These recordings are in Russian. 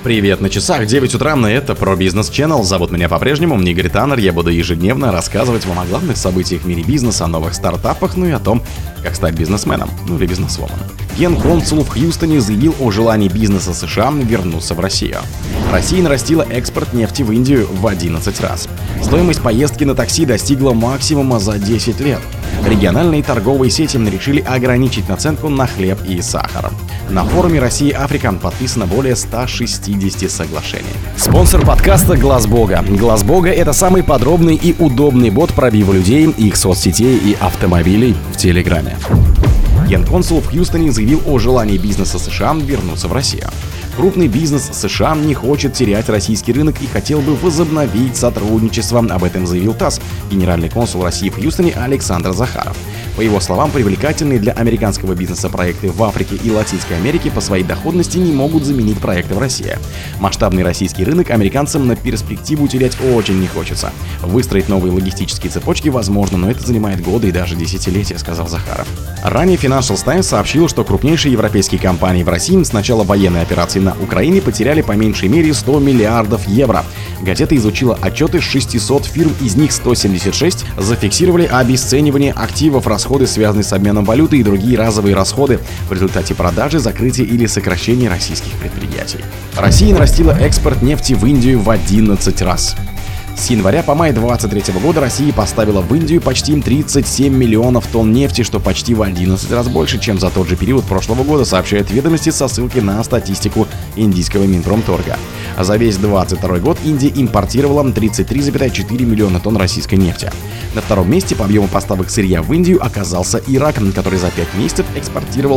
Привет, на часах 9 утра, это про бизнес Channel. Зовут меня по-прежнему Игорь Таннер. Я буду ежедневно рассказывать вам о главных событиях в мире бизнеса, о новых стартапах, и о том, как стать бизнесменом, или бизнесвомен. Генконсул в Хьюстоне заявил о желании бизнеса США вернуться в Россию. Россия нарастила экспорт нефти в Индию в 11 раз. Стоимость поездки на такси достигла максимума за 10 лет. Региональные торговые сети решили ограничить наценку на хлеб и сахар. На форуме «Россия-Африка» подписано более 160 соглашений. Спонсор подкаста Глаз Бога. Глаз Бога — это самый подробный и удобный бот пробива людей, их соцсетей и автомобилей в Телеграме. Генконсул в Хьюстоне заявил о желании бизнеса США вернуться в Россию. Крупный бизнес США не хочет терять российский рынок и хотел бы возобновить сотрудничество. Об этом заявил ТАСС генеральный консул России в Хьюстоне Александр Захаров. По его словам, привлекательные для американского бизнеса проекты в Африке и Латинской Америке по своей доходности не могут заменить проекты в России. Масштабный российский рынок американцам на перспективу терять очень не хочется. Выстроить новые логистические цепочки возможно, но это занимает годы и даже десятилетия, сказал Захаров. Ранее Financial Times сообщил, что крупнейшие европейские компании в России с начала военной операции на Украине потеряли по меньшей мере 100 миллиардов евро. Газета изучила отчеты 600 фирм, из них 176 зафиксировали обесценивание активов, расходы, связанные с обменом валюты, и другие разовые расходы в результате продажи, закрытия или сокращения российских предприятий. Россия нарастила экспорт нефти в Индию в 11 раз. С января по май 2023 года Россия поставила в Индию почти 37 миллионов тонн нефти, что почти в 11 раз больше, чем за тот же период прошлого года, сообщают ведомости со ссылкой на статистику индийского Минпромторга. За весь 2022 год Индия импортировала 33,4 миллиона тонн российской нефти. На втором месте по объему поставок сырья в Индию оказался Ирак, который за 5 месяцев экспортировал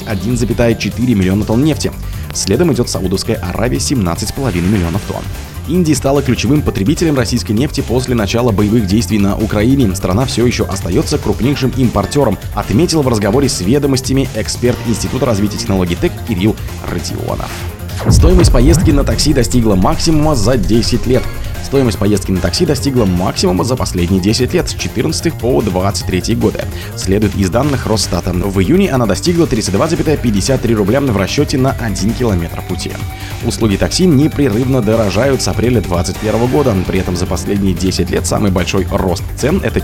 21,4 миллиона тонн нефти. Следом идет Саудовская Аравия — 17,5 миллионов тонн. Индия стала ключевым потребителем российской нефти после начала боевых действий на Украине. Страна все еще остается крупнейшим импортером, отметил в разговоре с «Ведомостями» эксперт Института развития технологий ТЭК Кирилл Родионов. Стоимость поездки на такси достигла максимума за 10 лет. Стоимость поездки на такси достигла максимума за последние 10 лет, с 14 по 23 годы. Следует из данных Росстата. В июне она достигла 32,53 рубля в расчете на 1 километр пути. Услуги такси непрерывно дорожают с апреля 2021 года. При этом за последние 10 лет самый большой рост цен, это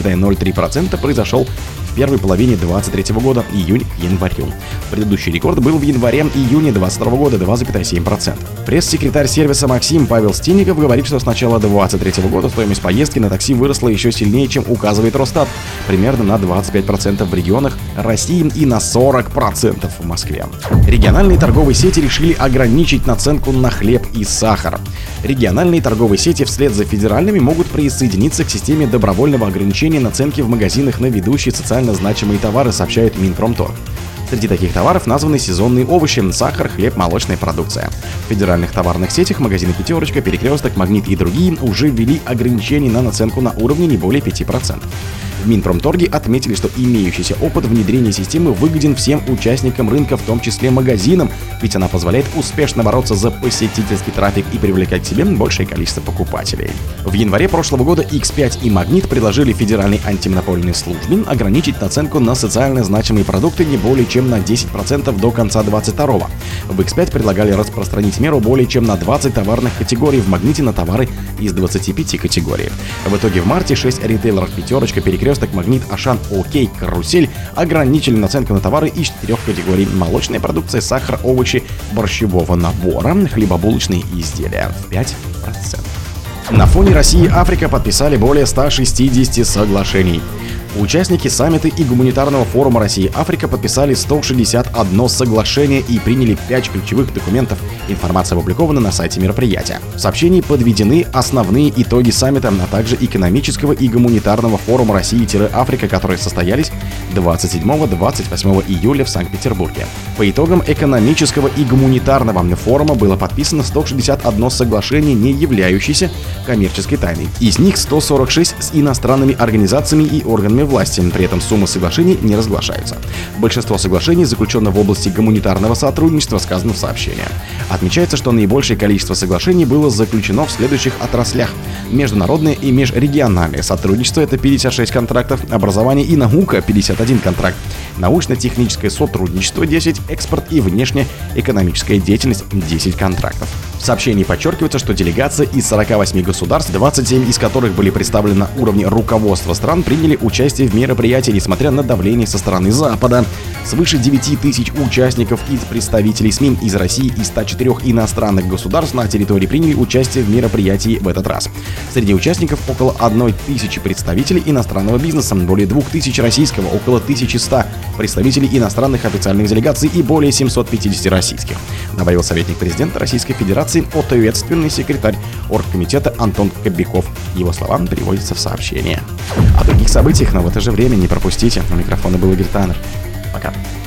4,03%, произошел в первой половине 2023 года, июнь к январю. Предыдущий рекорд был в январе-июне 2022 года, 2,7%. Пресс-секретарь сервиса Максим Павел Стинников говорит, что с начала 2023 года стоимость поездки на такси выросла еще сильнее, чем указывает Росстат, примерно на 25% в регионах России и на 40% в Москве. Региональные торговые сети решили ограничить наценку на хлеб и сахар. Региональные торговые сети вслед за федеральными могут присоединиться к системе добровольного ограничения наценки в магазинах на ведущие социально значимые товары, сообщает Минпромторг. Среди таких товаров названы сезонные овощи, сахар, хлеб, молочная продукция. В федеральных товарных сетях магазины «Пятерочка», «Перекресток», «Магнит» и другие уже ввели ограничения на наценку на уровне не более 5%. В Минпромторге отметили, что имеющийся опыт внедрения системы выгоден всем участникам рынка, в том числе магазинам, ведь она позволяет успешно бороться за посетительский трафик и привлекать к себе большее количество покупателей. В январе прошлого года X5 и Магнит предложили Федеральной антимонопольной службе ограничить наценку на социально значимые продукты не более чем на 10% до конца 2022. В X5 предлагали распространить меру более чем на 20 товарных категорий, в Магните на товары из 25 категорий. В итоге в марте 6 ритейлеров «Пятерочка», «Перекресток», Магнит, Ашан, Окей, Карусель ограничили наценку на товары из 4 категорий: молочная продукция, сахар, овощи борщевого набора, хлебобулочные изделия в 5%. На фоне России-Африка подписали более 160 соглашений. Участники саммита и гуманитарного форума Россия-Африка подписали 161 соглашение и приняли 5 ключевых документов. Информация опубликована на сайте мероприятия. В сообщении подведены основные итоги саммита, а также экономического и гуманитарного форума России-Африка, которые состоялись 27-28 июля в Санкт-Петербурге. По итогам экономического и гуманитарного форума было подписано 161 соглашение, не являющееся коммерческой тайной. Из них 146 с иностранными организациями и органами власти, при этом суммы соглашений не разглашаются. Большинство соглашений заключено в области гуманитарного сотрудничества, сказано в сообщении. Отмечается, что наибольшее количество соглашений было заключено в следующих отраслях: международное и межрегиональное сотрудничество — это 56 контрактов, образование и наука — 51 контракт, научно-техническое сотрудничество — 10, экспорт и внешнеэкономическая деятельность — 10 контрактов. В сообщении подчеркивается, что делегация из 48 государств, 27 из которых были представлены на уровне руководства стран, приняли участие в мероприятии, несмотря на давление со стороны Запада. Свыше 9 тысяч участников из представителей СМИ из России и 104 иностранных государств на территории приняли участие в мероприятии в этот раз. Среди участников около 1000 представителей иностранного бизнеса, более 2000 российского, около 1100 представителей иностранных официальных делегаций и более 750 российских, добавил советник президента Российской Федерации, ответственный секретарь оргкомитета Антон Кобяков. Его слова переводятся в сообщение. О других событиях, но в это же время не пропустите. У микрофона был Игорь Таннер. Пока.